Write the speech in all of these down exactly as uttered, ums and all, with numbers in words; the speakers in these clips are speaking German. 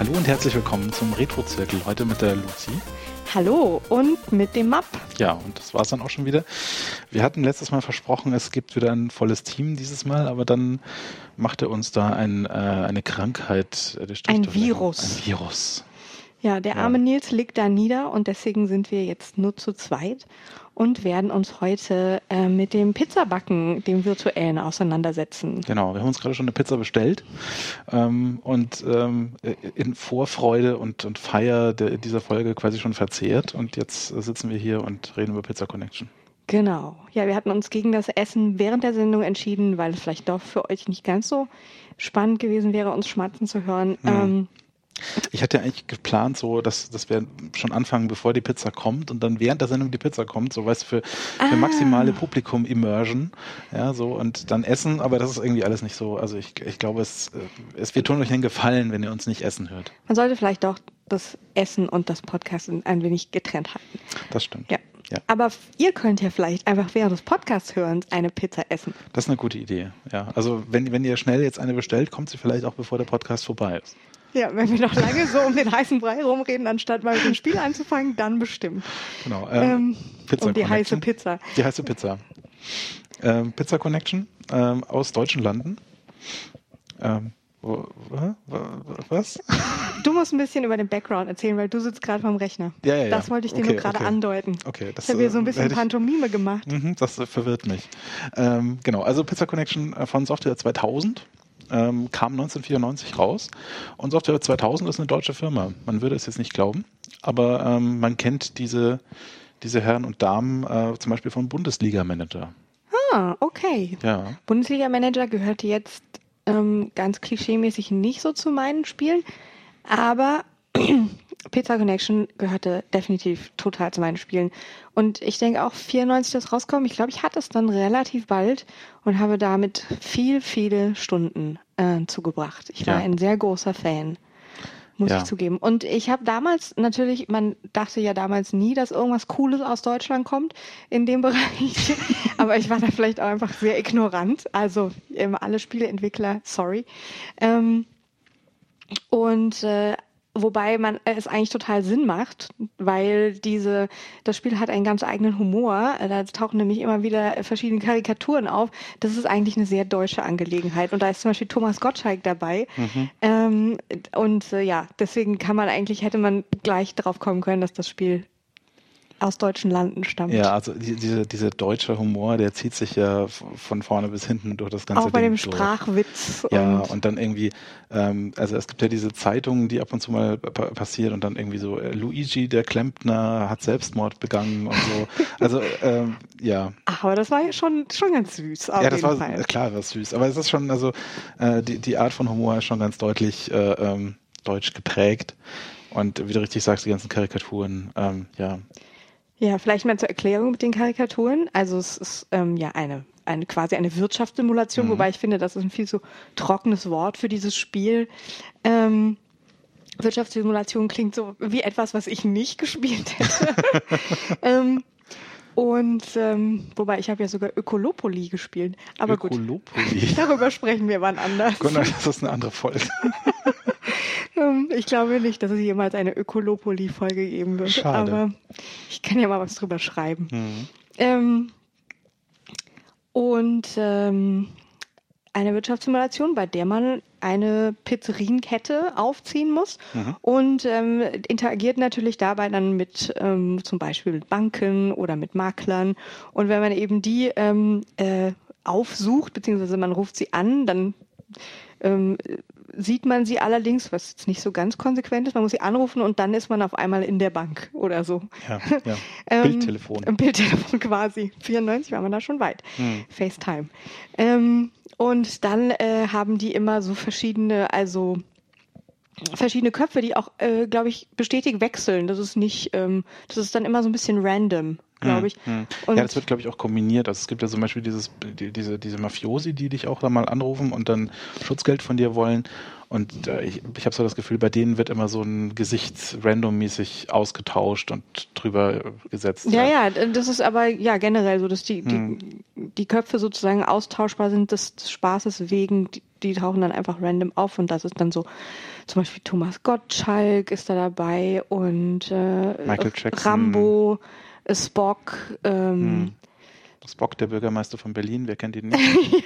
Hallo und herzlich willkommen zum Retro-Zirkel. Heute mit der Luzi. Hallo und mit dem Map. Ja, und das war es dann auch schon wieder. Wir hatten letztes Mal versprochen, es gibt wieder ein volles Team dieses Mal, aber dann machte uns da ein, äh, eine Krankheit äh, Ein Virus. Ein Virus. Ja, der arme ja. Nils liegt da nieder und deswegen sind wir jetzt nur zu zweit und werden uns heute äh, mit dem Pizzabacken, dem virtuellen, auseinandersetzen. Genau, wir haben uns gerade schon eine Pizza bestellt ähm, und ähm, in Vorfreude und, und Feier der, dieser Folge quasi schon verzehrt und jetzt sitzen wir hier und reden über Pizza Connection. Genau. Ja, wir hatten uns gegen das Essen während der Sendung entschieden, weil es vielleicht doch für euch nicht ganz so spannend gewesen wäre, uns schmatzen zu hören. Mhm. Ähm, Ich hatte ja eigentlich geplant, so, dass, dass wir schon anfangen, bevor die Pizza kommt und dann während der Sendung die Pizza kommt, so weißt du, für, ah. für maximale Publikum-Immersion, ja, so und dann essen, aber das ist irgendwie alles nicht so, also ich, ich glaube, es, es wir tun euch einen Gefallen, wenn ihr uns nicht essen hört. Man sollte vielleicht doch das Essen und das Podcasten ein wenig getrennt halten. Das stimmt. Ja. Ja. Aber ihr könnt ja vielleicht einfach während des Podcasts-Hörens eine Pizza essen. Das ist eine gute Idee, ja. Also wenn, wenn ihr schnell jetzt eine bestellt, kommt sie vielleicht auch, bevor der Podcast vorbei ist. Ja, wenn wir noch lange so um den heißen Brei rumreden, anstatt mal mit dem Spiel anzufangen, dann bestimmt. Genau. Ähm, ähm, Pizza um die Connection. heiße Pizza. Die heiße Pizza. Ähm, Pizza Connection ähm, aus deutschen Landen. Ähm, wo, was? Du musst ein bisschen über den Background erzählen, weil du sitzt gerade vorm Rechner. Ja, ja, ja. Das wollte ich dir okay, nur gerade okay. andeuten. Okay, das, ich habe hier so ein äh, bisschen ich, Pantomime gemacht. Mhm, das äh, verwirrt mich. Ähm, genau, also Pizza Connection von Software zweitausend. Ähm, kam neunzehnhundertvierundneunzig raus und Software zweitausend ist eine deutsche Firma. Man würde es jetzt nicht glauben, aber ähm, man kennt diese, diese Herren und Damen äh, zum Beispiel vom Bundesliga-Manager. Ah, okay. Ja. Bundesliga-Manager gehört jetzt ähm, ganz klischeemäßig nicht so zu meinen Spielen, aber Pizza Connection gehörte definitiv total zu meinen Spielen. Und ich denke auch vierundneunzig das rauskommen. Ich glaube, ich hatte es dann relativ bald und habe damit viel, viele Stunden äh, zugebracht. Ich war ja. ein sehr großer Fan, muss ja. ich zugeben. Und ich habe damals natürlich, man dachte ja damals nie, dass irgendwas Cooles aus Deutschland kommt in dem Bereich. Aber ich war da vielleicht auch einfach sehr ignorant. Also ähm, alle Spieleentwickler, sorry. Ähm, und äh, Wobei man es eigentlich total Sinn macht, weil diese das Spiel hat einen ganz eigenen Humor. Da tauchen nämlich immer wieder verschiedene Karikaturen auf. Das ist eigentlich eine sehr deutsche Angelegenheit. Und da ist zum Beispiel Thomas Gottschalk dabei. Mhm. Ähm, und äh, ja, deswegen kann man eigentlich, hätte man gleich drauf kommen können, dass das Spiel aus deutschen Landen stammt. Ja, also die, diese, dieser deutsche Humor, der zieht sich ja von vorne bis hinten durch das ganze Ding. Auch bei Ding dem Sprachwitz. Durch. Ja, und, und dann irgendwie, ähm, also es gibt ja diese Zeitungen, die ab und zu mal pa- passiert und dann irgendwie so, äh, Luigi, der Klempner, hat Selbstmord begangen und so. Also, ähm, ja. Ach, aber das war ja schon, schon ganz süß, auf Ja, das jeden war, Fall. klar, das süß. Aber es ist schon, also äh, die, die Art von Humor ist schon ganz deutlich äh, ähm, deutsch geprägt. Und wie du richtig sagst, die ganzen Karikaturen, ähm, ja. Ja, vielleicht mal zur Erklärung mit den Karikaturen. Also es ist ähm, ja eine, eine quasi eine Wirtschaftssimulation, mhm. wobei ich finde, das ist ein viel zu trockenes Wort für dieses Spiel. Ähm, Wirtschaftssimulation klingt so wie etwas, was ich nicht gespielt hätte. ähm, und ähm, wobei ich habe ja sogar Ökolopoly gespielt. Aber Ökolopoly. Gut, darüber sprechen wir wann anders. Gunnar, das ist eine andere Folge. Ich glaube nicht, dass es jemals eine Ökolopoly-Folge geben wird. Schade. Aber ich kann ja mal was drüber schreiben. Mhm. Ähm, und ähm, eine Wirtschaftssimulation, bei der man eine Pizzerienkette aufziehen muss mhm. und ähm, interagiert natürlich dabei dann mit ähm, zum Beispiel mit Banken oder mit Maklern. Und wenn man eben die ähm, äh, aufsucht, beziehungsweise man ruft sie an, dann ähm, sieht man sie allerdings, was jetzt nicht so ganz konsequent ist, man muss sie anrufen und dann ist man auf einmal in der Bank oder so. Ja, ja. ähm, Bildtelefon. Bildtelefon quasi. vierundneunzig war man da schon weit. Hm. FaceTime. Ähm, und dann äh, haben die immer so verschiedene, also verschiedene Köpfe, die auch, äh, glaube ich, bestätigt wechseln. Das ist nicht, ähm, das ist dann immer so ein bisschen random, glaube ich. Hm, hm. Und ja, das wird, glaube ich, auch kombiniert. Also es gibt ja zum Beispiel dieses, die, diese, diese Mafiosi, die dich auch da mal anrufen und dann Schutzgeld von dir wollen. Und äh, ich, ich habe so das Gefühl, bei denen wird immer so ein Gesicht randommäßig ausgetauscht und drüber gesetzt. Ja, ja, das ist aber ja generell so, dass die, hm. die, die Köpfe sozusagen austauschbar sind des, des Spaßes wegen. Die, die tauchen dann einfach random auf und das ist dann so, zum Beispiel Thomas Gottschalk ist da dabei und äh, Michael Jackson. Rambo, äh, Spock. Ähm, hm. Spock, der Bürgermeister von Berlin, wer kennt ihn nicht?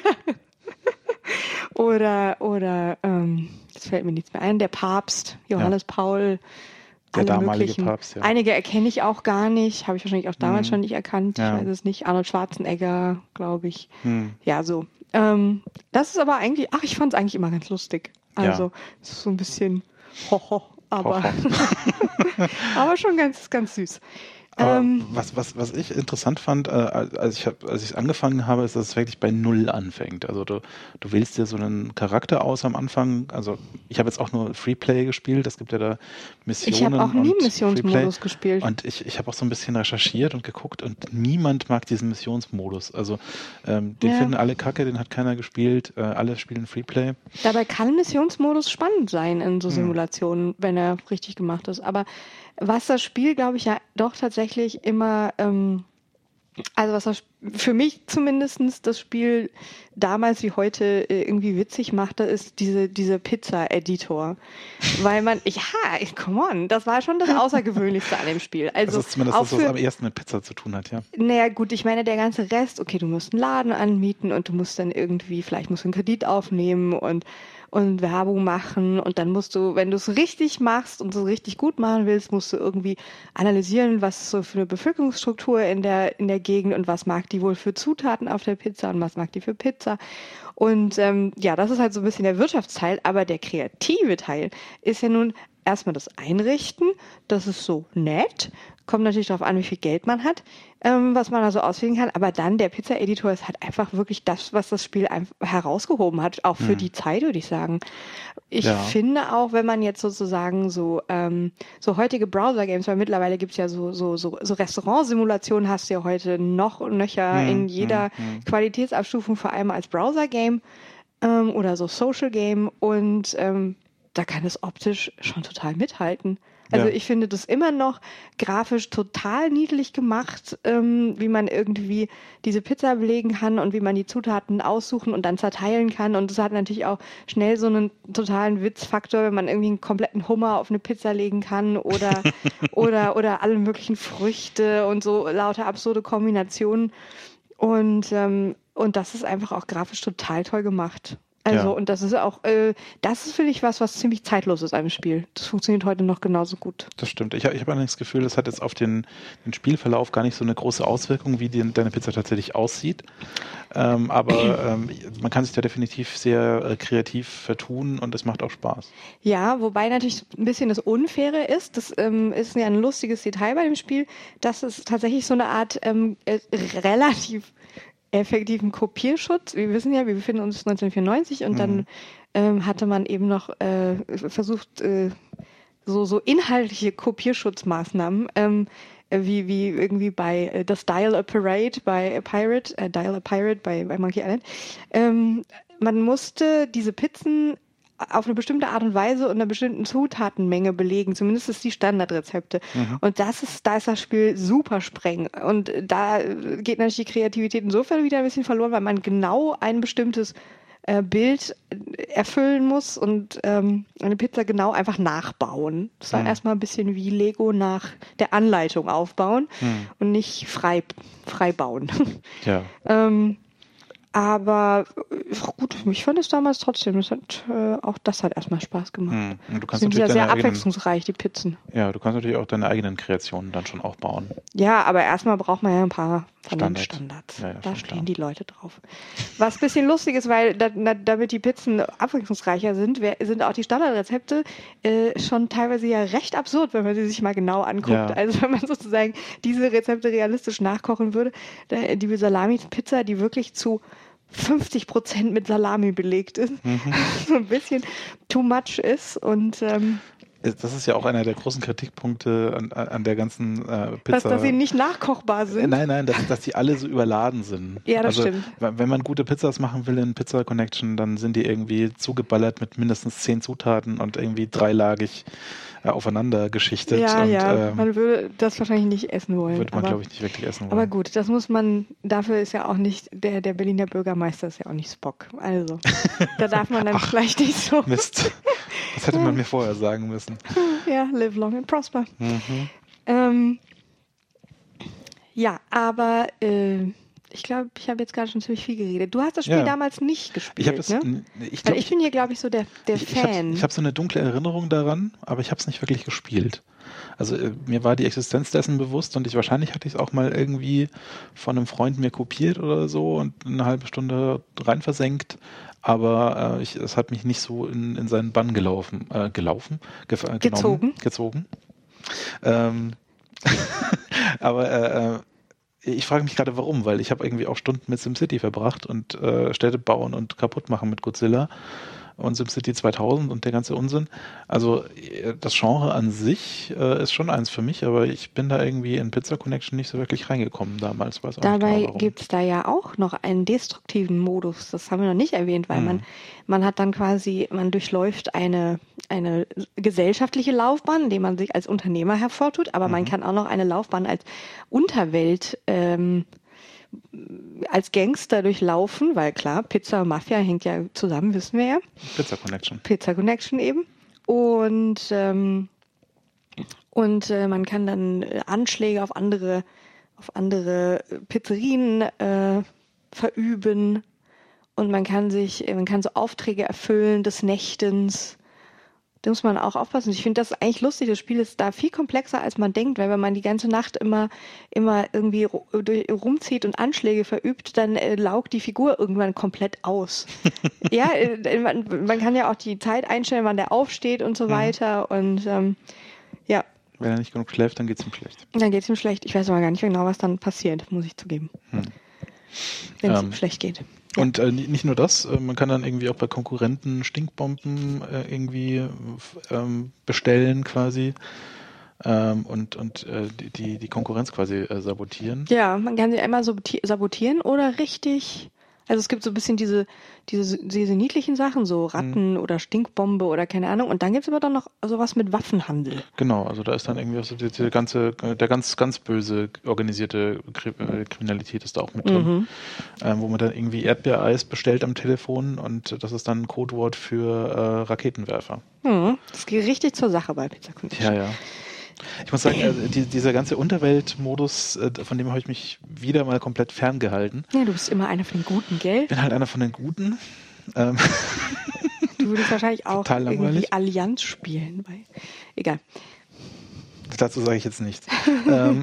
oder, oder ähm, jetzt fällt mir nichts mehr ein, der Papst, Johannes ja. Paul. Der damalige möglichen. Papst, ja. Einige erkenne ich auch gar nicht, habe ich wahrscheinlich auch damals hm. schon nicht erkannt, ja. ich weiß es nicht. Arnold Schwarzenegger, glaube ich. Hm. Ja, so. Ähm, das ist aber eigentlich, ach, ich fand es eigentlich immer ganz lustig. Also, ja. es ist so ein bisschen hoho, aber, ho, ho. aber schon ganz, ganz süß. Aber ähm, was, was, was ich interessant fand, äh, als ich hab, als ich es angefangen habe, ist, dass es wirklich bei Null anfängt. Also du, du wählst dir so einen Charakter aus am Anfang. Also ich habe jetzt auch nur Freeplay gespielt. Es gibt ja da Missionen. Ich habe auch nie Missionsmodus Freeplay. gespielt. Und ich, ich habe auch so ein bisschen recherchiert und geguckt und niemand mag diesen Missionsmodus. Also ähm, den ja. finden alle kacke, den hat keiner gespielt. Äh, alle spielen Freeplay. Dabei kann Missionsmodus spannend sein in so Simulationen, hm. wenn er richtig gemacht ist. Aber was das Spiel, glaube ich, ja doch tatsächlich immer, ähm, also was das, für mich zumindest das Spiel damals wie heute irgendwie witzig machte, ist diese, diese Pizza-Editor. Weil man, ja, come on, das war schon das Außergewöhnlichste an dem Spiel. Also das ist zumindest das, was am ersten mit Pizza zu tun hat, ja. Naja, gut, ich meine, der ganze Rest, okay, du musst einen Laden anmieten und du musst dann irgendwie, vielleicht musst du einen Kredit aufnehmen und und Werbung machen und dann musst du, wenn du es richtig machst und so richtig gut machen willst, musst du irgendwie analysieren, was ist so für eine Bevölkerungsstruktur in der in der Gegend und was mag die wohl für Zutaten auf der Pizza und was mag die für Pizza. Und ähm, ja, das ist halt so ein bisschen der Wirtschaftsteil, aber der kreative Teil ist ja nun erstmal das Einrichten, das ist so nett, kommt natürlich darauf an, wie viel Geld man hat, ähm, was man da so auswählen kann, aber dann der Pizza-Editor ist halt einfach wirklich das, was das Spiel herausgehoben hat, auch für hm. die Zeit, würde ich sagen. Ich ja. finde auch, wenn man jetzt sozusagen so ähm, so heutige Browser-Games, weil mittlerweile gibt es ja so so so, so Restaurant-Simulationen, hast du ja heute noch und nöcher hm, in jeder hm, hm. Qualitätsabstufung, vor allem als Browser-Game ähm, oder so Social-Game und ähm, da kann es optisch schon total mithalten. Also ja. ich finde das immer noch grafisch total niedlich gemacht, ähm, wie man irgendwie diese Pizza belegen kann und wie man die Zutaten aussuchen und dann zerteilen kann. Und das hat natürlich auch schnell so einen totalen Witzfaktor, wenn man irgendwie einen kompletten Hummer auf eine Pizza legen kann oder oder oder alle möglichen Früchte und so lauter absurde Kombinationen. Und ähm, und das ist einfach auch grafisch total toll gemacht. Also, ja. und das ist auch, äh, das ist, finde ich, was, was ziemlich zeitlos ist einem Spiel. Das funktioniert heute noch genauso gut. Das stimmt. Ich, ich habe allerdings das Gefühl, das hat jetzt auf den, den Spielverlauf gar nicht so eine große Auswirkung, wie die, deine Pizza tatsächlich aussieht. Ähm, aber ähm, man kann sich da definitiv sehr äh, kreativ vertun und es macht auch Spaß. Ja, wobei natürlich ein bisschen das Unfaire ist, das ähm, ist ja ein lustiges Detail bei dem Spiel, dass es tatsächlich so eine Art ähm, äh, relativ effektiven Kopierschutz. Wir wissen ja, wir befinden uns neunzehnhundertvierundneunzig und mhm. dann ähm, hatte man eben noch äh, versucht, äh, so, so inhaltliche Kopierschutzmaßnahmen, ähm, wie, wie irgendwie bei äh, das Dial a Parade bei a Pirate, äh, Dial a Pirate bei, bei Monkey Island. Ähm, man musste diese Pizzen auf eine bestimmte Art und Weise und einer bestimmten Zutatenmenge belegen. Zumindest ist die Standardrezepte. Mhm. Und das ist, da ist das Spiel super streng. Und da geht natürlich die Kreativität insofern wieder ein bisschen verloren, weil man genau ein bestimmtes äh, Bild erfüllen muss und ähm, eine Pizza genau einfach nachbauen. Das war mhm. erstmal ein bisschen wie Lego nach der Anleitung aufbauen mhm. und nicht frei, frei bauen. Ja. ähm, Aber gut, ich fand es damals trotzdem, das hat, äh, auch das hat erstmal Spaß gemacht. Hm. Du kannst sind ja sehr eigenen, abwechslungsreich, die Pizzen. Ja, du kannst natürlich auch deine eigenen Kreationen dann schon auch bauen. Ja, aber erstmal braucht man ja ein paar von Standard. den Standards. Ja, ja, da stehen klar. die Leute drauf. Was ein bisschen lustig ist, weil da, na, damit die Pizzen abwechslungsreicher sind, wer, sind auch die Standardrezepte äh, schon teilweise ja recht absurd, wenn man sie sich mal genau anguckt. Ja. Also wenn man sozusagen diese Rezepte realistisch nachkochen würde, da, die Salami-Pizza, die wirklich zu fünfzig Prozent mit Salami belegt ist, mhm. so ein bisschen too much ist und ähm, Das ist ja auch einer der großen Kritikpunkte an, an der ganzen äh, Pizza. Dass, dass sie nicht nachkochbar sind. Nein, nein, dass, dass die alle so überladen sind. Ja, das also, stimmt. Wenn man gute Pizzas machen will in Pizza Connection, dann sind die irgendwie zugeballert mit mindestens zehn Zutaten und irgendwie dreilagig äh, aufeinander geschichtet. Ja, und, ja, ähm, man würde das wahrscheinlich nicht essen wollen. Würde man, aber, glaube ich, nicht wirklich essen wollen. Aber gut, das muss man, dafür ist ja auch nicht, der, der Berliner Bürgermeister ist ja auch nicht Spock. Also, da darf man dann Ach, vielleicht nicht so. Mist. Das hätte man mir vorher sagen müssen. Ja, live long and prosper. Mhm. Ähm, ja, aber äh, ich glaube, ich habe jetzt gerade schon ziemlich viel geredet. Du hast das Spiel Ja. damals nicht gespielt, Ich habe das, ne? ich, Weil glaub, ich bin hier, glaube ich, so der, der ich, ich habe Fan. ich hab so eine dunkle Erinnerung daran, aber ich habe es nicht wirklich gespielt. Also äh, mir war die Existenz dessen bewusst und ich wahrscheinlich hatte ich es auch mal irgendwie von einem Freund mir kopiert oder so und eine halbe Stunde rein versenkt. Aber äh, ich, es hat mich nicht so in, in seinen Bann gelaufen, äh, gelaufen, gef- äh, Gezogen. Genommen, gezogen. Ähm, aber äh, ich frage mich gerade, warum, weil ich habe irgendwie auch Stunden mit SimCity verbracht und äh, Städte bauen und kaputt machen mit Godzilla und SimCity zweitausend und der ganze Unsinn. Also äh, das Genre an sich äh, ist schon eins für mich, aber ich bin da irgendwie in Pizza Connection nicht so wirklich reingekommen damals. Weiß auch nicht Dabei genau, warum. gibt es da ja auch noch einen destruktiven Modus. Das haben wir noch nicht erwähnt, weil Hm. man, man hat dann quasi, man durchläuft eine, eine gesellschaftliche Laufbahn, indem man sich als Unternehmer hervortut, aber man Mhm. kann auch noch eine Laufbahn als Unterwelt ähm, als Gangster durchlaufen, weil klar, Pizza und Mafia hängt ja zusammen, wissen wir ja. Pizza Connection. Pizza Connection eben. Und, ähm, und äh, man kann dann äh, Anschläge auf andere, auf andere Pizzerien äh, verüben. Und man kann sich, man kann so Aufträge erfüllen des Nächtens. Da muss man auch aufpassen. Ich finde das eigentlich lustig. Das Spiel ist da viel komplexer, als man denkt, weil wenn man die ganze Nacht immer, immer irgendwie ru- durch- rumzieht und Anschläge verübt, dann äh, laugt die Figur irgendwann komplett aus. Ja, äh, man, man kann ja auch die Zeit einstellen, wann der aufsteht und so Mhm. weiter. Und ähm, ja, Wenn er nicht genug schläft, dann geht's ihm schlecht. dann geht es ihm schlecht. Ich weiß aber gar nicht genau, was dann passiert, muss ich zugeben. Hm. Wenn es Ähm, ihm schlecht geht. Ja. Und äh, nicht nur das, äh, man kann dann irgendwie auch bei Konkurrenten Stinkbomben äh, irgendwie f- ähm, bestellen quasi ähm, und, und äh, die- die, die Konkurrenz quasi äh, sabotieren. Ja, man kann sie einmal saboti- sabotieren oder richtig. Also es gibt so ein bisschen diese, diese, diese niedlichen Sachen, so Ratten oder Stinkbombe oder keine Ahnung. Und dann gibt es aber dann noch sowas mit Waffenhandel. Genau, also da ist dann irgendwie auch so die, die ganze, äh, der ganz, ganz böse organisierte Kri äh, Kriminalität ist da auch mit drin, Mhm. ähm, wo man dann irgendwie Erdbeereis bestellt am Telefon und das ist dann ein Codewort für äh, Raketenwerfer. Mhm. Das geht richtig zur Sache bei Pizza Connection. Ja, ja. Ich muss sagen, also die, dieser ganze Unterweltmodus, äh, von dem habe ich mich wieder mal komplett ferngehalten. Ja, du bist immer einer von den Guten, gell? Ich bin halt einer von den Guten. Ähm, Du würdest wahrscheinlich auch Total irgendwie langweilig. Allianz spielen. Weil, egal. dazu sage ich jetzt nichts. ähm,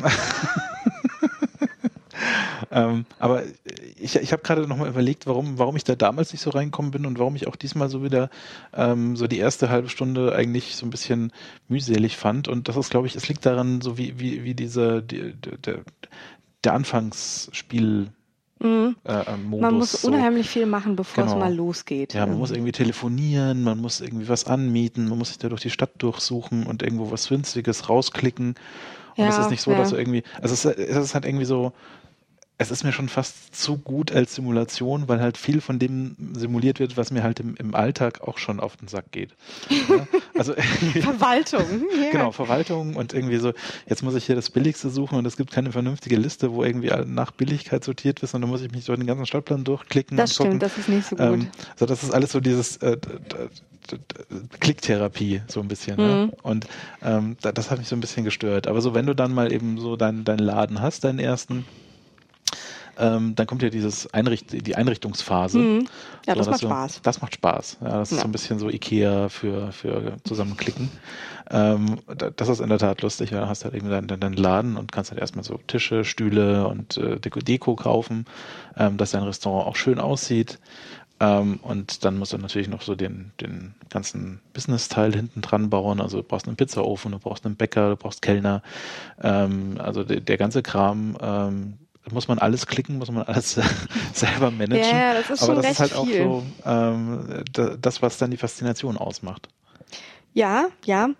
ähm, aber ich, ich habe gerade nochmal überlegt, warum, warum ich da damals nicht so reingekommen bin und warum ich auch diesmal so wieder ähm, so die erste halbe Stunde eigentlich so ein bisschen mühselig fand. Und das ist, glaube ich, es liegt daran, so wie, wie, wie dieser die, der, der Anfangsspiel Mhm. äh, äh, Modus. Man muss so. unheimlich viel machen, bevor Genau. es mal losgeht. Ja, man Ähm, muss irgendwie telefonieren, man muss irgendwie was anmieten, man muss sich da durch die Stadt durchsuchen und irgendwo was Günstiges rausklicken. Und Ja, es ist nicht so, ja. dass du irgendwie, also es ist, es ist halt irgendwie so, es ist mir schon fast zu gut als Simulation, weil halt viel von dem simuliert wird, was mir halt im, im Alltag auch schon auf den Sack geht. Ja? Also irgendwie, Verwaltung. Ja. genau, Verwaltung und irgendwie so, jetzt muss ich hier das Billigste suchen und es gibt keine vernünftige Liste, wo irgendwie nach Billigkeit sortiert ist und dann muss ich mich durch den ganzen Stadtplan durchklicken. Das und gucken. stimmt, das ist nicht so gut. Ähm, so, das ist alles so dieses äh, d- d- d- Klicktherapie, so ein bisschen. Mhm. Ne? Und ähm, da, das hat mich so ein bisschen gestört. Aber so, wenn du dann mal eben so deinen dein Laden hast, deinen ersten, ähm, dann kommt ja dieses Einricht die Einrichtungsphase. Mhm. Ja, So, das dass macht du- Spaß. Das macht Spaß. Ja, das ist Ja. so ein bisschen so Ikea für, für Zusammenklicken. Ähm, da- das ist in der Tat lustig, weil du hast halt irgendwie deinen, deinen Laden und kannst halt erstmal so Tische, Stühle und äh, Deko, Deko kaufen, ähm, dass dein Restaurant auch schön aussieht. Ähm, und dann musst du natürlich noch so den, den ganzen Business-Teil hinten dran bauen. Also du brauchst einen Pizzaofen, du brauchst einen Bäcker, du brauchst Kellner. Ähm, also der, der ganze Kram, ähm, muss man alles klicken, muss man alles selber managen. Ja, ja, das ist Aber schon das ist recht halt auch viel. so ähm, da- das, was dann die Faszination ausmacht. Ja, ja.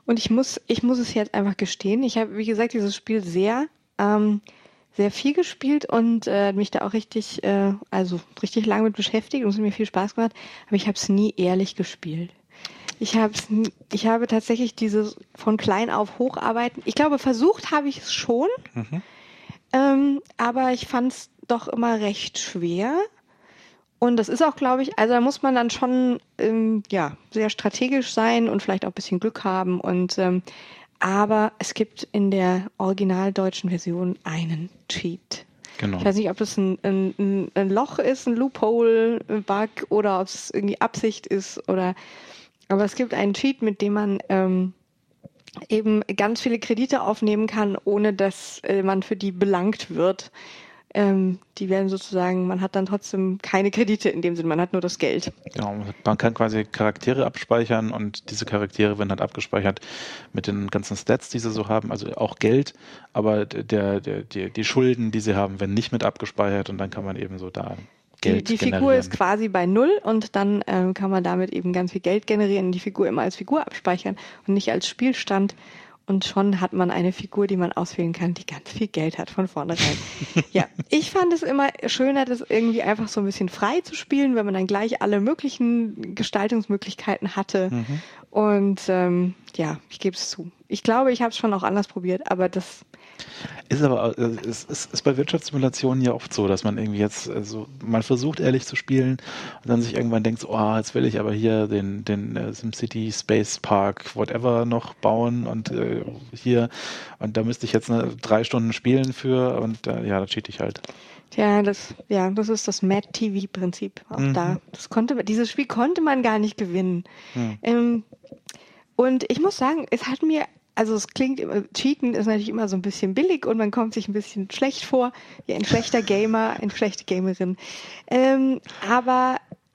Und ich muss, ich muss es jetzt einfach gestehen. Ich habe, wie gesagt, dieses Spiel sehr, ähm, sehr viel gespielt und äh, mich da auch richtig, äh, also richtig lange mit beschäftigt und es hat mir viel Spaß gemacht. Aber ich habe es nie ehrlich gespielt. Ich habe ich habe tatsächlich dieses von klein auf hocharbeiten. Ich glaube, versucht habe ich es schon, Mhm. ähm, aber ich fand es doch immer recht schwer. Und das ist auch, glaube ich, also da muss man dann schon ähm, ja sehr strategisch sein und vielleicht auch ein bisschen Glück haben. Und ähm, aber es gibt in der originaldeutschen Version einen Cheat. Genau. Ich weiß nicht, ob das ein, ein, ein Loch ist, ein Loophole, ein Bug oder ob es irgendwie Absicht ist oder. Aber es gibt einen Cheat, mit dem man ähm, eben ganz viele Kredite aufnehmen kann, ohne dass äh, man für die belangt wird. Ähm, die werden sozusagen, man hat dann trotzdem keine Kredite in dem Sinne, man hat nur das Geld. Genau, man kann quasi Charaktere abspeichern und diese Charaktere werden halt abgespeichert mit den ganzen Stats, die sie so haben, also auch Geld, aber der, der, die, die Schulden, die sie haben, werden nicht mit abgespeichert und dann kann man eben so da Geld Die, die Figur ist quasi bei Null und dann ähm, kann man damit eben ganz viel Geld generieren, die Figur immer als Figur abspeichern und nicht als Spielstand. Und schon hat man eine Figur, die man auswählen kann, die ganz viel Geld hat von vornherein. Ja, ich fand es immer schöner, das irgendwie einfach so ein bisschen frei zu spielen, wenn man dann gleich alle möglichen Gestaltungsmöglichkeiten hatte. Mhm. Und ähm, ja, ich gebe es zu. Ich glaube, ich habe es schon auch anders probiert, aber das ist aber es ist, ist, ist bei Wirtschaftssimulationen ja oft so, dass man irgendwie jetzt also man versucht ehrlich zu spielen und dann sich irgendwann denkt, so, oh, jetzt will ich aber hier den den äh, SimCity Space Park whatever noch bauen und äh, hier und da müsste ich jetzt eine, drei Stunden spielen für und äh, ja, da cheat ich halt. Ja, das, ja, das ist das Mad T V-Prinzip. Auch Mhm. da. Das konnte, dieses Spiel konnte man gar nicht gewinnen. Mhm. Ähm, und ich muss sagen, es hat mir, also es klingt, Cheaten ist natürlich immer so ein bisschen billig und man kommt sich ein bisschen schlecht vor, wie ein schlechter Gamer, eine schlechte Gamerin. Ähm, aber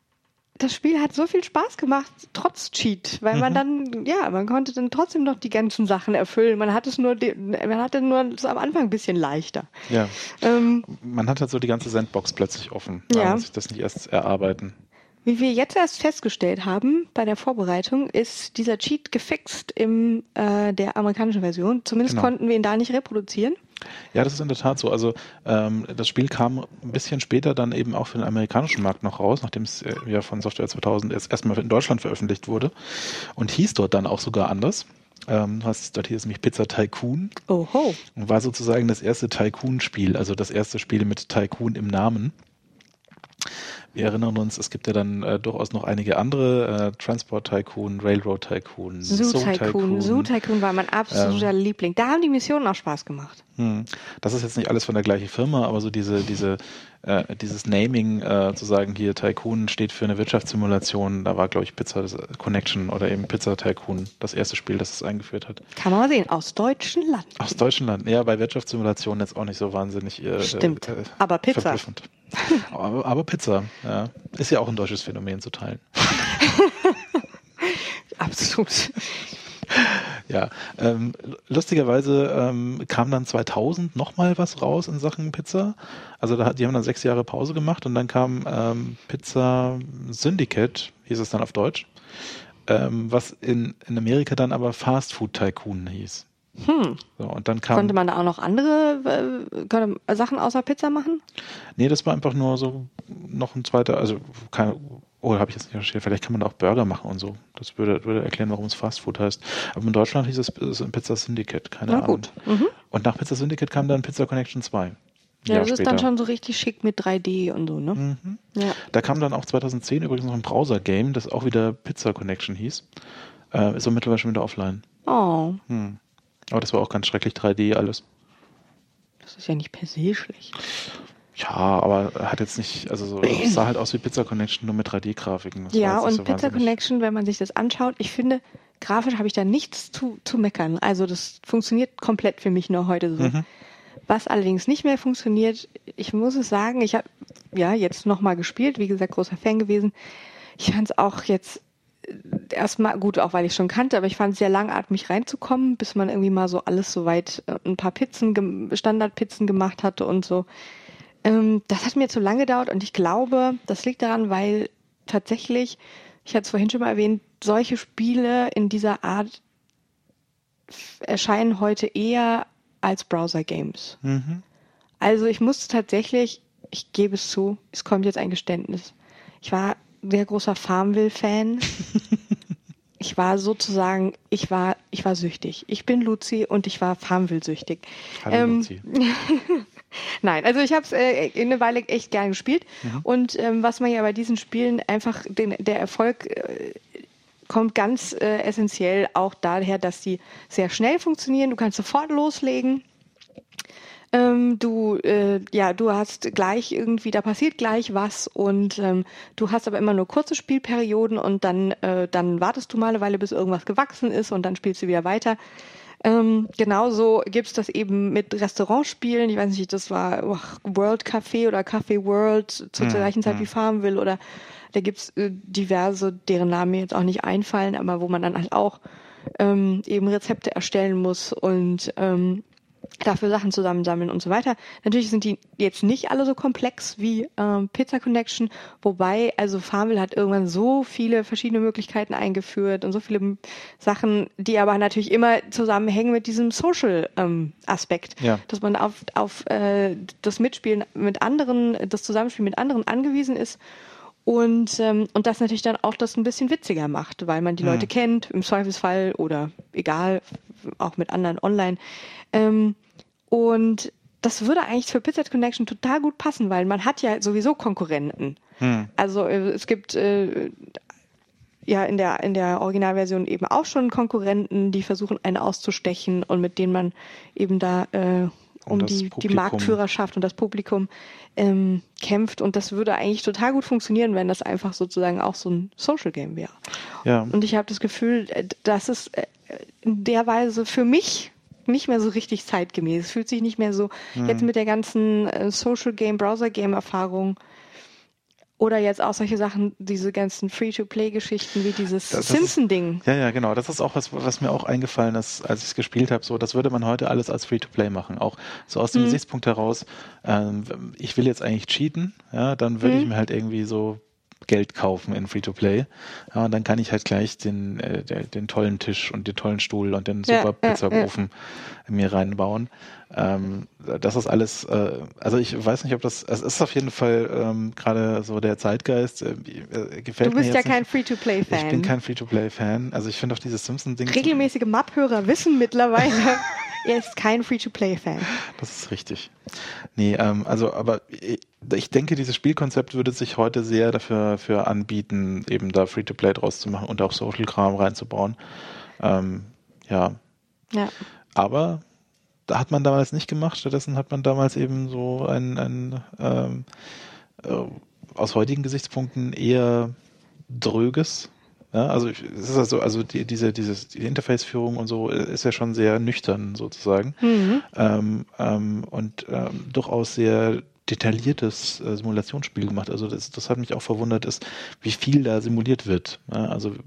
das Spiel hat so viel Spaß gemacht, trotz Cheat, weil mhm. man dann, ja, man konnte dann trotzdem noch die ganzen Sachen erfüllen. Man hat es nur, man hatte nur so am Anfang ein bisschen leichter. Ja. Ähm, man hat halt so die ganze Sandbox plötzlich offen. Man ja. muss sich das nicht erst erarbeiten. Wie wir jetzt erst festgestellt haben bei der Vorbereitung, ist dieser Cheat gefixt in äh, der amerikanischen Version. Zumindest genau. konnten wir ihn da nicht reproduzieren. Ja, das ist in der Tat so. Also ähm, das Spiel kam ein bisschen später dann eben auch für den amerikanischen Markt noch raus, nachdem es äh, ja von Software zweitausend erst erstmal in Deutschland veröffentlicht wurde und hieß dort dann auch sogar anders. Ähm, hast, dort hieß es nämlich Pizza Tycoon. Oho. Und war sozusagen das erste Tycoon-Spiel, also das erste Spiel mit Tycoon im Namen. Wir erinnern uns, es gibt ja dann äh, durchaus noch einige andere, äh, Transport Tycoon, Railroad Tycoon, Zoo, Zoo Tycoon. Tycoon. Zoo Tycoon war mein absoluter ähm, Liebling. Da haben die Missionen auch Spaß gemacht. Hm. Das ist jetzt nicht alles von der gleichen Firma, aber so diese, diese, äh, dieses Naming, äh, zu sagen, hier Tycoon steht für eine Wirtschaftssimulation, da war, glaube ich, Pizza Connection oder eben Pizza Tycoon das erste Spiel, das es eingeführt hat. Kann man mal sehen, aus deutschen Land. Aus deutschen Land, ja, bei Wirtschaftssimulationen jetzt auch nicht so wahnsinnig äh, Stimmt, äh, aber Pizza. Verblüffend. aber, aber Pizza, ja. Ist ja auch ein deutsches Phänomen zu teilen. Absolut. Ja, ähm, lustigerweise ähm, kam dann zweitausend nochmal was raus in Sachen Pizza. Also da, die haben dann sechs Jahre Pause gemacht und dann kam ähm, Pizza Syndicate, hieß es dann auf Deutsch, ähm, was in, in Amerika dann aber Fast Food Tycoon hieß. Hm. So, und dann kam, Konnte man da auch noch andere äh, konnte, Sachen außer Pizza machen? Nee, das war einfach nur so noch ein zweiter, also keine, oh, habe ich jetzt nicht verstanden, vielleicht kann man da auch Burger machen und so. Das würde, würde erklären, warum es Fast Food heißt. Aber in Deutschland hieß es Pizza Syndicate, keine Na Ahnung. gut. Mhm. Und nach Pizza Syndicate kam dann Pizza Connection zwei. Ja, das ist dann schon so richtig schick mit drei D und so, ne? Mhm. Ja. Da kam dann auch zweitausendzehn übrigens noch ein Browser-Game, das auch wieder Pizza Connection hieß. Äh, ist aber mittlerweile schon wieder offline. Oh. Hm. Aber das war auch ganz schrecklich, drei D alles. Das ist ja nicht per se schlecht. Ja, aber hat jetzt nicht, also so, es sah halt aus wie Pizza Connection, nur mit drei D-Grafiken. Ja, und so Pizza Connection, wenn man sich das anschaut, ich finde, grafisch habe ich da nichts zu, zu meckern. Also das funktioniert komplett für mich nur heute so. Mhm. Was allerdings nicht mehr funktioniert, ich muss es sagen, ich habe ja jetzt nochmal gespielt, wie gesagt, großer Fan gewesen. Ich fand es auch jetzt erstmal gut, auch weil ich schon kannte, aber ich fand es sehr langatmig reinzukommen, bis man irgendwie mal so alles soweit ein paar Pizzen, Standardpizzen gemacht hatte und so. Ähm, das hat mir zu lange gedauert und ich glaube, das liegt daran, weil tatsächlich, ich hatte es vorhin schon mal erwähnt, solche Spiele in dieser Art erscheinen heute eher als Browser-Games. Mhm. Also ich musste tatsächlich, ich gebe es zu, es kommt jetzt ein Geständnis. Ich war sehr großer Farmville-Fan. Ich war sozusagen, ich war, ich war süchtig. Ich bin Luzi und ich war Farmville-süchtig. Hallo Ähm, Luzi. Nein, also ich habe es äh, eine Weile echt gern gespielt. Mhm. Und ähm, was man ja bei diesen Spielen einfach, den, der Erfolg äh, kommt ganz äh, essentiell auch daher, dass die sehr schnell funktionieren. Du kannst sofort loslegen. Ähm, du, äh, ja, du hast gleich irgendwie, da passiert gleich was und ähm, du hast aber immer nur kurze Spielperioden und dann, äh, dann wartest du mal eine Weile, bis irgendwas gewachsen ist und dann spielst du wieder weiter. Ähm, genauso gibt's das eben mit Restaurantspielen. Ich weiß nicht, das war oh, World Café oder Café World zur Hm, gleichen Zeit hm. wie Farmville oder da gibt's äh, diverse, deren Namen mir jetzt auch nicht einfallen, aber wo man dann halt auch ähm, eben Rezepte erstellen muss und ähm, dafür Sachen zusammensammeln und so weiter. Natürlich sind die jetzt nicht alle so komplex wie ähm, Pizza Connection, wobei also Farmville hat irgendwann so viele verschiedene Möglichkeiten eingeführt und so viele m- Sachen, die aber natürlich immer zusammenhängen mit diesem Social-Aspekt, Ja. dass man auf, auf äh, das Mitspielen mit anderen, das Zusammenspiel mit anderen angewiesen ist. Und, ähm, und das natürlich dann auch das ein bisschen witziger macht, weil man die Hm. Leute kennt, im Zweifelsfall oder egal, auch mit anderen online. Ähm, und das würde eigentlich für Pizza Connection total gut passen, weil man hat ja sowieso Konkurrenten. Hm. Also äh, es gibt äh, ja in der in der Originalversion eben auch schon Konkurrenten, die versuchen einen auszustechen und mit denen man eben da äh, Um um das die, die Publikum. Marktführerschaft und das Publikum ähm, kämpft. Und das würde eigentlich total gut funktionieren, wenn das einfach sozusagen auch so ein Social Game wäre. Ja. Und ich habe das Gefühl, äh, dass es äh, in der Weise für mich nicht mehr so richtig zeitgemäß. Es fühlt sich nicht mehr so, Hm. jetzt mit der ganzen äh, Social Game, Browser Game Erfahrung oder jetzt auch solche Sachen, diese ganzen Free-to-Play-Geschichten wie dieses Das- das Simpson-Ding. Ja, ja, genau. Das ist auch was, was mir auch eingefallen ist, als ich es gespielt habe. So, das würde man heute alles als Free-to-Play machen. Auch so aus dem Mhm. Gesichtspunkt heraus, ähm, ich will jetzt eigentlich cheaten, ja, dann würde ich Mhm. mir halt irgendwie so Geld kaufen in Free-to-Play. Ja, und dann kann ich halt gleich den, äh, der, den tollen Tisch und den tollen Stuhl und den Ja, super ja, Pizzaofen mir reinbauen. Ähm, das ist alles, äh, also ich weiß nicht, ob das, es ist auf jeden Fall ähm, gerade so der Zeitgeist, äh, äh, gefällt Du mir bist jetzt ja kein nicht. Free-to-Play-Fan. Ich bin kein Free-to-Play-Fan. Also ich finde auch dieses Simpson-Ding, Regelmäßige M A P-Hörer wissen mittlerweile, er ist kein Free-to-Play-Fan. das ist richtig. Nee, ähm, also aber ich, ich denke, dieses Spielkonzept würde sich heute sehr dafür für anbieten, eben da Free-to-Play draus zu machen und auch Social-Kram reinzubauen. Ähm, ja, Ja. aber da hat man damals nicht gemacht. Stattdessen hat man damals eben so ein, ein ähm, äh, aus heutigen Gesichtspunkten eher dröges. Ja, also ich- es ist also, also die, diese, dieses, die Interface-Führung und so ist ja schon sehr nüchtern sozusagen. Mhm. Ähm, ähm, und ähm, durchaus sehr detailliertes äh, Simulationsspiel gemacht. Also das, das hat mich auch verwundert, ist, wie viel da simuliert wird. Ja, also äh,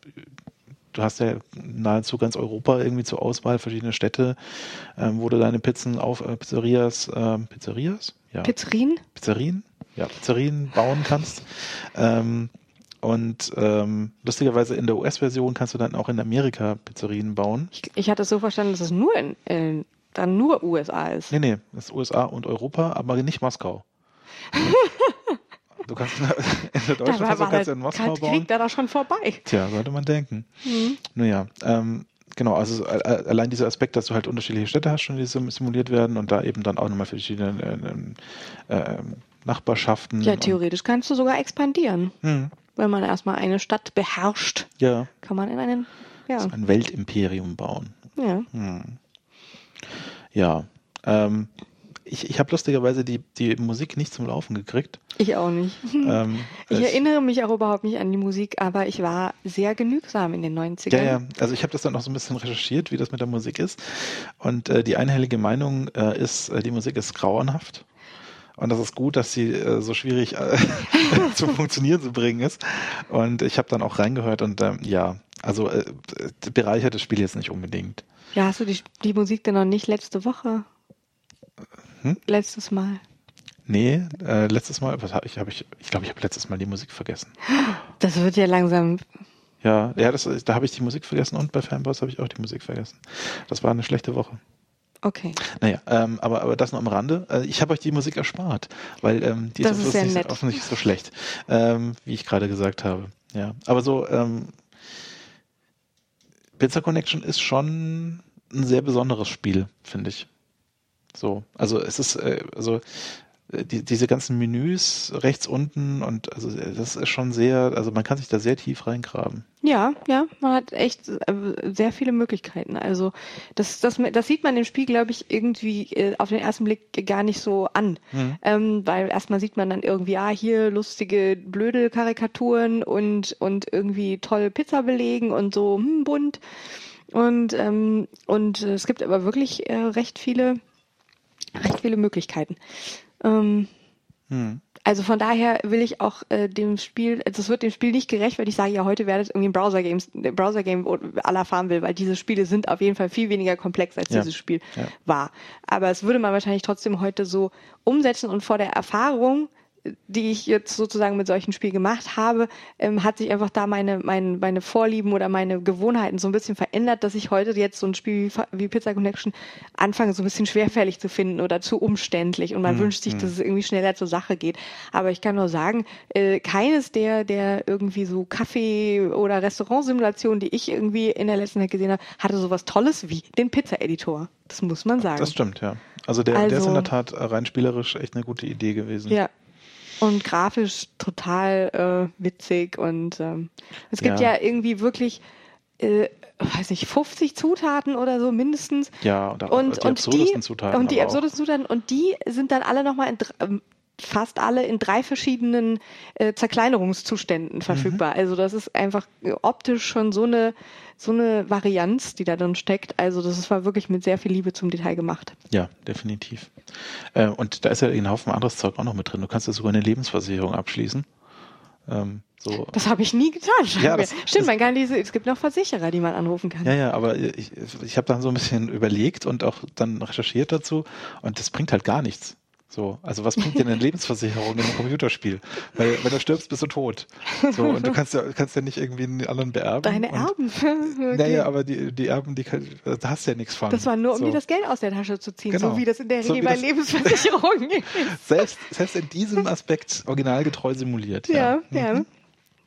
du hast ja nahezu ganz Europa irgendwie zur Auswahl, verschiedene Städte, ähm, wo du deine Pizzen auf äh, Pizzerias, ähm, Pizzerias? Ja. Pizzerien? Pizzerien? Ja, Pizzerien bauen kannst. Ähm, und ähm, lustigerweise in der U S-Version kannst du dann auch in Amerika Pizzerien bauen. Ich, ich hatte es so verstanden, dass es nur in, in dann nur U S A ist. Nee, nee, das ist U S A und Europa, aber nicht Moskau. Du kannst in der, in der deutschen Dabei Fassung war kannst du der in Moskau Kalte bauen. Krieg da doch schon vorbei. Tja, sollte man denken. Mhm. Naja, ähm, genau, also äh, allein dieser Aspekt, dass du halt unterschiedliche Städte hast, schon die sim- simuliert werden und da eben dann auch nochmal verschiedene äh, äh, Nachbarschaften. Ja, und- theoretisch kannst du sogar expandieren. Hm, Wenn man erstmal eine Stadt beherrscht, ja, kann man in einen, ja, so ein Weltimperium bauen. ja. Hm. Ja, ähm, ich, ich habe lustigerweise die, die Musik nicht zum Laufen gekriegt. Ich auch nicht. Ähm, Ich es- erinnere mich auch überhaupt nicht an die Musik, aber ich war sehr genügsam in den neunzigern. Ja, ja, also ich habe das dann noch so ein bisschen recherchiert, wie das mit der Musik ist. Und äh, die einhellige Meinung äh, ist, äh, die Musik ist grauenhaft. Und das ist gut, dass sie äh, so schwierig äh, zum Funktionieren zu bringen ist. Und ich habe dann auch reingehört und ähm, ja, also äh, bereichert das Spiel jetzt nicht unbedingt. Ja, hast du die, die Musik denn noch nicht letzte Woche? Hm? Letztes Mal. Nee, äh, letztes Mal, was hab ich, hab ich, ich glaube, ich habe letztes Mal die Musik vergessen. Das wird ja langsam Ja, ja, das, da habe ich die Musik vergessen und bei Fanboys habe ich auch die Musik vergessen. Das war eine schlechte Woche. Okay. Naja, ähm, aber, aber das nur am Rande. Äh, ich habe euch die Musik erspart, weil ähm, die Das ist, ist sehr offensichtlich, nett. offensichtlich so schlecht, ähm, wie ich gerade gesagt habe. Ja, aber so ähm, Pizza Connection ist schon ein sehr besonderes Spiel, finde ich. So, also es ist äh, also die, diese ganzen Menüs rechts unten und also das ist schon sehr, also man kann sich da sehr tief reingraben. Ja, ja, man hat echt äh, sehr viele Möglichkeiten. Also das, das, das sieht man im Spiel, glaube ich, irgendwie äh, auf den ersten Blick gar nicht so an. Mhm. Ähm, weil erstmal sieht man dann irgendwie, ah, hier lustige, blöde Karikaturen und, und irgendwie toll Pizza belegen und so hm, bunt. Und, ähm, und äh, es gibt aber wirklich äh, recht viele, recht viele Möglichkeiten. Ähm, Hm. Also von daher will ich auch äh, dem Spiel, also es wird dem Spiel nicht gerecht, weil ich sage, ja, heute wäre das irgendwie ein Browser-Game, ein Browser-Game à la Farmville, weil diese Spiele sind auf jeden Fall viel weniger komplex, als Ja. dieses Spiel Ja. war. Aber es würde man wahrscheinlich trotzdem heute so umsetzen und vor der Erfahrung, die ich jetzt sozusagen mit solchen Spielen gemacht habe, ähm, hat sich einfach da meine, meine, meine Vorlieben oder meine Gewohnheiten so ein bisschen verändert, dass ich heute jetzt so ein Spiel wie, wie Pizza Connection anfange, so ein bisschen schwerfällig zu finden oder zu umständlich und man Hm, wünscht sich, hm. dass es irgendwie schneller zur Sache geht. Aber ich kann nur sagen, äh, keines der, der irgendwie so Kaffee- oder Restaurantsimulationen, die ich irgendwie in der letzten Zeit gesehen habe, hatte sowas Tolles wie den Pizza-Editor. Das muss man sagen. Das stimmt, ja. Also der, der ist Also- in der Tat rein spielerisch echt eine gute Idee gewesen. Ja. Und grafisch total äh, witzig und ähm, es gibt Ja. ja, irgendwie wirklich, äh, weiß nicht, fünfzig Zutaten oder so mindestens. Ja, und, auch Und, die und absurdesten die, Zutaten. Und die aber auch. absurdesten Zutaten und die sind dann alle nochmal in dr- ähm, fast alle in drei verschiedenen äh, Zerkleinerungszuständen verfügbar. Also das ist einfach äh, optisch schon so eine so eine Varianz, die da drin steckt. Also das war wirklich mit sehr viel Liebe zum Detail gemacht. Ja, definitiv. Äh, und da ist ja ein Haufen anderes Zeug auch noch mit drin. Du kannst ja sogar eine Lebensversicherung abschließen. Ähm, so. Das habe ich nie getan. scheint Ja, mir. das- Stimmt, das- man kann diese, es gibt noch Versicherer, die man anrufen kann. Ja, ja, aber ich, ich habe dann so ein bisschen überlegt und auch dann recherchiert dazu und das bringt halt gar nichts. So, also was bringt dir eine Lebensversicherung in einem Computerspiel? Weil wenn du stirbst, bist du tot. So, und du kannst ja, kannst ja nicht irgendwie einen anderen beerben. Deine und, Erben. Okay. Naja, aber die, die Erben, die kann, da hast du ja nichts von. Das war nur, um so. dir das Geld aus der Tasche zu ziehen, Genau. so wie das in der So Regel wie bei das- Lebensversicherungen ist. Selbst, selbst in diesem Aspekt originalgetreu simuliert. Ja, Ja, ja. Mhm.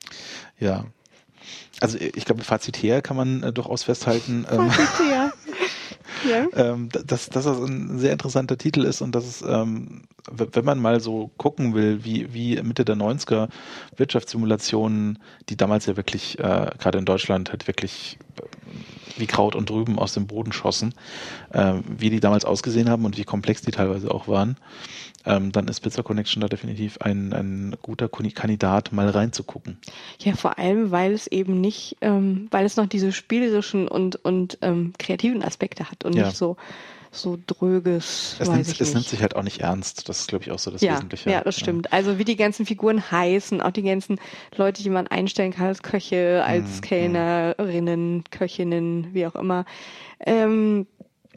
Ja. Also ich glaube, fazitär kann man äh, durchaus festhalten, ähm, Ja. Ja. ähm, dass, dass das ein sehr interessanter Titel ist und dass es, ähm, w- wenn man mal so gucken will, wie, wie Mitte der neunziger Wirtschaftssimulationen, die damals ja wirklich, äh, gerade in Deutschland, halt wirklich äh, wie Kraut und Rüben aus dem Boden schossen, äh, wie die damals ausgesehen haben und wie komplex die teilweise auch waren, ähm, dann ist Pizza Connection da definitiv ein, ein guter Kandidat, mal reinzugucken. Ja, vor allem, weil es eben nicht, ähm, weil es noch diese spielerischen und, und ähm, kreativen Aspekte hat und Ja. nicht so, so dröges, Es, weiß nimmt, ich es nicht. nimmt sich halt auch nicht ernst. Das ist, glaube ich, auch so das ja, Wesentliche. ja, das stimmt. Also wie die ganzen Figuren heißen, auch die ganzen Leute, die man einstellen kann als Köche, als Mm, Kellnerinnen, Köchinnen, wie auch immer. Ähm,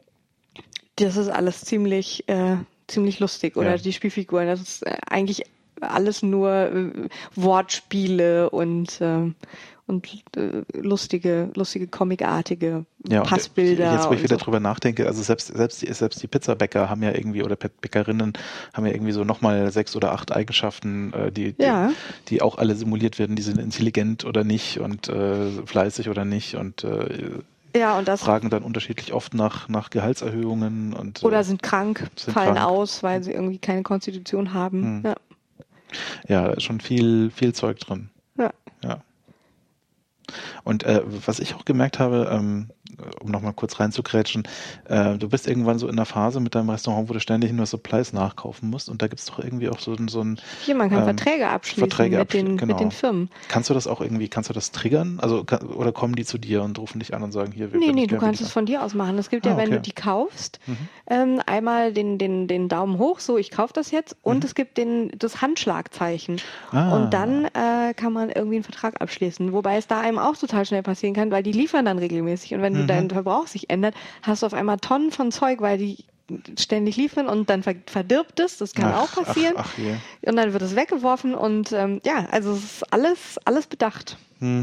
das ist alles ziemlich, äh, ziemlich lustig. Oder Ja. die Spielfiguren, das ist äh, eigentlich alles nur äh, Wortspiele und ähm, und äh, lustige, lustige, comicartige Ja, und Passbilder. jetzt, wo ich und wieder so. drüber nachdenke, also selbst, selbst, die, selbst die Pizzabäcker haben ja irgendwie, oder Bä- Bäckerinnen haben ja irgendwie so nochmal sechs oder acht Eigenschaften, äh, die, die, Ja. die auch alle simuliert werden. Die sind intelligent oder nicht und äh, fleißig oder nicht und äh, Ja, und das fragen dann unterschiedlich oft nach, nach Gehaltserhöhungen und oder äh, sind krank, sind fallen krank. aus, weil sie irgendwie keine Konstitution haben. Hm. Ja. ja, da ist schon viel, viel Zeug drin. Ja. Ja. Und äh, was ich auch gemerkt habe, ähm, um nochmal kurz reinzugrätschen, äh, du bist irgendwann so in der Phase mit deinem Restaurant, wo du ständig nur Supplies nachkaufen musst und da gibt es doch irgendwie auch so, so ein... Hier, man kann ähm, Verträge abschließen Verträge mit, abschli- den, genau. mit den Firmen. Kannst du das auch irgendwie, kannst du das triggern? Also kann, oder kommen die zu dir und rufen dich an und sagen, hier, wir Nee, würden nee, dich du gerne kannst es beliefern? von dir aus machen. Es gibt Ah, ja, wenn okay. du die kaufst, Mhm. ähm, einmal den, den, den Daumen hoch, so ich kaufe das jetzt, und Mhm. es gibt den, das Handschlagzeichen. Ah. Und dann äh, kann man irgendwie einen Vertrag abschließen. Wobei es da einem auch total schnell passieren kann, weil die liefern dann regelmäßig. Und wenn Mhm. du dein Verbrauch sich ändert, hast du auf einmal Tonnen von Zeug, weil die ständig liefern und dann ver- verdirbt es. Das kann Ach, auch passieren. Ach, ach je. Und dann wird es weggeworfen und ähm, ja, also es ist alles, alles bedacht. Mhm.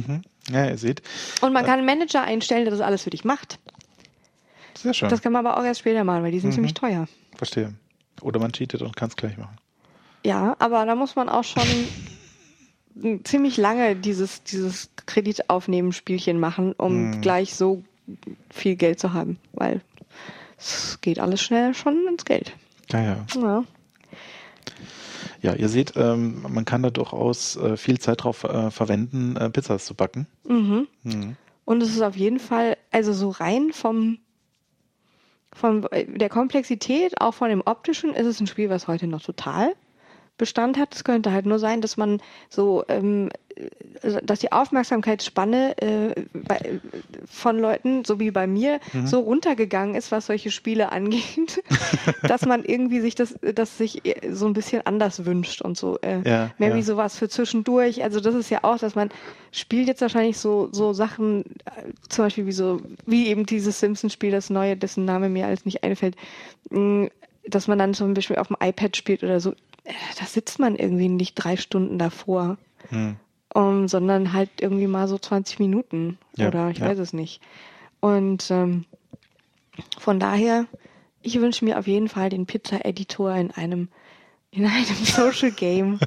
Ja, ihr seht. Und man kann einen Manager einstellen, der das alles für dich macht. Sehr schön. Das kann man aber auch erst später machen, weil die sind mhm. ziemlich teuer. Verstehe. Oder man cheatet und kann es gleich machen. Ja, aber da muss man auch schon ziemlich lange dieses, dieses Kreditaufnehmen-Spielchen machen, um hm. gleich so viel Geld zu haben, weil es geht alles schnell schon ins Geld. Ja, ja. Ja, ja ihr seht, ähm, man kann da durchaus äh, viel Zeit drauf äh, verwenden, äh, Pizzas zu backen. Mhm. Mhm. Und es ist auf jeden Fall, also so rein vom von der Komplexität, auch von dem Optischen, ist es ein Spiel, was heute noch total Bestand hat. Es könnte halt nur sein, dass man so, ähm, dass die Aufmerksamkeitsspanne äh, bei, von Leuten, so wie bei mir, mhm. so runtergegangen ist, was solche Spiele angeht, dass man irgendwie sich das, das sich so ein bisschen anders wünscht und so. Äh, ja, mehr ja. wie sowas für zwischendurch. Also das ist ja auch, dass man spielt jetzt wahrscheinlich so, so Sachen, äh, zum Beispiel wie so, wie eben dieses Simpsons-Spiel, das neue, dessen Name mir alles nicht einfällt, mh, dass man dann zum Beispiel auf dem iPad spielt oder so. Da sitzt man irgendwie nicht drei Stunden davor, hm. um, sondern halt irgendwie mal so zwanzig Minuten ja, oder ich ja. weiß es nicht. Und ähm, von daher, ich wünsche mir auf jeden Fall den Pizza-Editor in einem, in einem Social Game.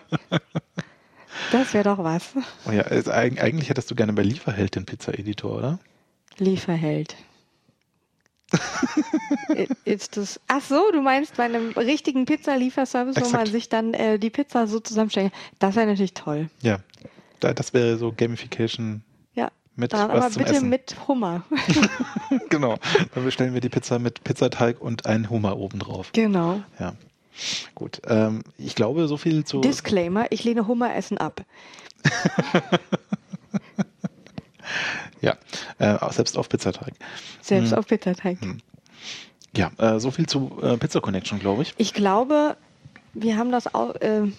Das wäre doch was. Oh ja, also eigentlich hättest du gerne bei Lieferheld den Pizza-Editor, oder? Lieferheld. Ist das, ach so, du meinst bei einem richtigen Pizzalieferservice, wo man sich dann äh, die Pizza so zusammenstellt. Das wäre natürlich toll. Ja, das wäre so Gamification ja, mit dann was aber zum bitte Essen. mit Hummer. Genau, dann bestellen wir die Pizza mit Pizzateig und einen Hummer obendrauf. Genau. Ja, gut. Ähm, ich glaube, so viel zu... Disclaimer, ich lehne Hummeressen ab. Ja, äh, selbst auf Pizzateig. Selbst hm. auf Pizzateig. Hm. Ja, äh, so viel zu äh, Pizza Connection, glaube ich. Ich glaube, wir haben das auch, äh,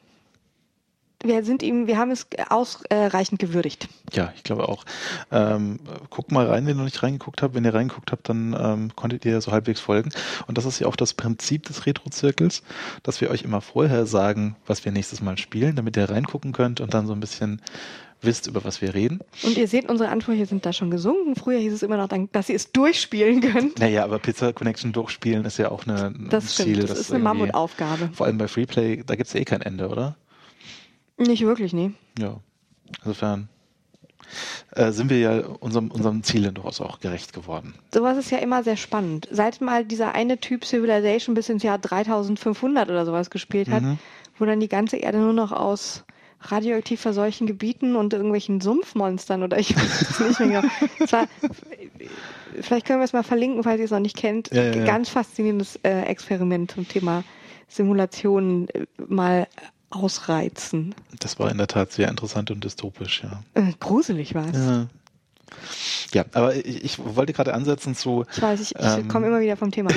wir sind ihm, wir haben es ausreichend gewürdigt. Ja, ich glaube auch. Ähm, guckt mal rein, wenn ihr noch nicht reingeguckt habt. Wenn ihr reingeguckt habt, dann ähm, konntet ihr so halbwegs folgen. Und das ist ja auch das Prinzip des Retro-Zirkels, dass wir euch immer vorher sagen, was wir nächstes Mal spielen, damit ihr reingucken könnt und dann so ein bisschen wisst, über was wir reden. Und ihr seht, unsere Ansprüche sind da schon gesunken. Früher hieß es immer noch, dass ihr es durchspielen könnt. Naja, aber Pizza Connection durchspielen ist ja auch eine, ein das Ziel. Stimmt, das, das ist eine Mammutaufgabe. Vor allem bei Freeplay, da gibt es ja eh kein Ende, oder? Nicht wirklich, nee. Ja, insofern äh, sind wir ja unserem, unserem Ziel durchaus auch gerecht geworden. Sowas ist ja immer sehr spannend. Seit mal dieser eine Typ Civilization bis ins Jahr dreitausendfünfhundert oder sowas gespielt hat, mhm. wo dann die ganze Erde nur noch aus radioaktiv verseuchten Gebieten und irgendwelchen Sumpfmonstern oder ich weiß es nicht mehr genau. Es war, vielleicht können wir es mal verlinken, falls ihr es noch nicht kennt. Ja, ja, ja. Ganz faszinierendes äh, Experiment zum Thema Simulationen äh, mal ausreizen. Das war in der Tat sehr interessant und dystopisch, ja. Äh, gruselig war es. Ja. Ja, aber ich, ich wollte gerade ansetzen zu... Ich weiß, ich, ich ähm, komme immer wieder vom Thema.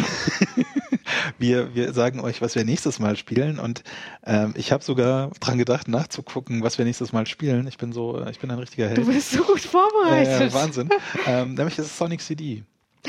wir, wir sagen euch, was wir nächstes Mal spielen und ähm, ich habe sogar dran gedacht, nachzugucken, was wir nächstes Mal spielen. Ich bin so, ich bin ein richtiger Held. Du bist so gut vorbereitet. Äh, Wahnsinn. ähm, nämlich ist es Sonic C D.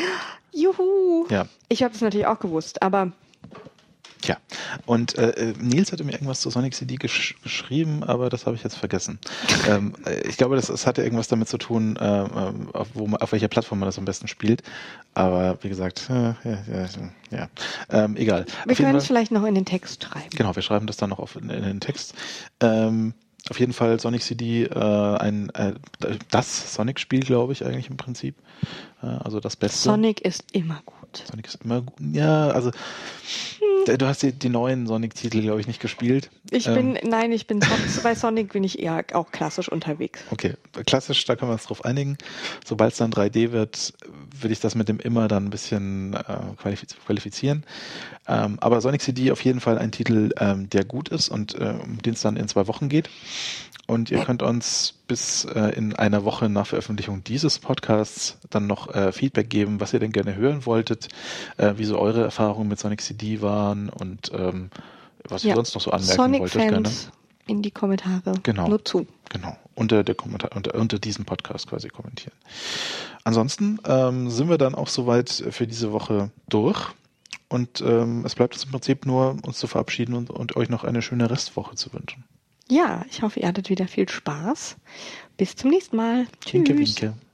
Juhu. Ja. Ich habe es natürlich auch gewusst, aber... Ja, und äh, Nils hatte mir irgendwas zu Sonic C D gesch- geschrieben, aber das habe ich jetzt vergessen. ähm, ich glaube, das, das hatte irgendwas damit zu tun, äh, auf, wo man, auf welcher Plattform man das am besten spielt. Aber wie gesagt, äh, ja, ja, ja. Ähm, egal. Wir können es vielleicht noch in den Text schreiben. Genau, wir schreiben das dann noch auf, in, in den Text. Ähm, auf jeden Fall Sonic C D, äh, ein äh, das Sonic-Spiel, glaube ich, eigentlich im Prinzip. Äh, also das Beste. Sonic ist immer gut. Sonic ist immer gut. Ja, also hm. du hast die, die neuen Sonic-Titel, glaube ich, nicht gespielt. Ich ähm, bin, nein, ich bin bei Sonic bin ich eher auch klassisch unterwegs. Okay, klassisch, da können wir uns drauf einigen. Sobald es dann drei D wird, würde ich das mit dem immer dann ein bisschen äh, qualifiz- qualifizieren. Ähm, aber Sonic C D auf jeden Fall ein Titel, ähm, der gut ist und äh, um den es dann in zwei Wochen geht. Und ihr könnt uns bis äh, in einer Woche nach Veröffentlichung dieses Podcasts dann noch äh, Feedback geben, was ihr denn gerne hören wolltet, äh, wie so eure Erfahrungen mit Sonic C D waren und ähm, was ja. ihr sonst noch so anmerken Sonic wolltet. Fans gerne. In die Kommentare. Genau. Nur zu. Genau. Unter, der Kommentar- unter, unter diesem Podcast quasi kommentieren. Ansonsten ähm, sind wir dann auch soweit für diese Woche durch. Und ähm, es bleibt uns im Prinzip nur, uns zu verabschieden und, und euch noch eine schöne Restwoche zu wünschen. Ja, ich hoffe, ihr hattet wieder viel Spaß. Bis zum nächsten Mal. Tschüss. Winke, winke.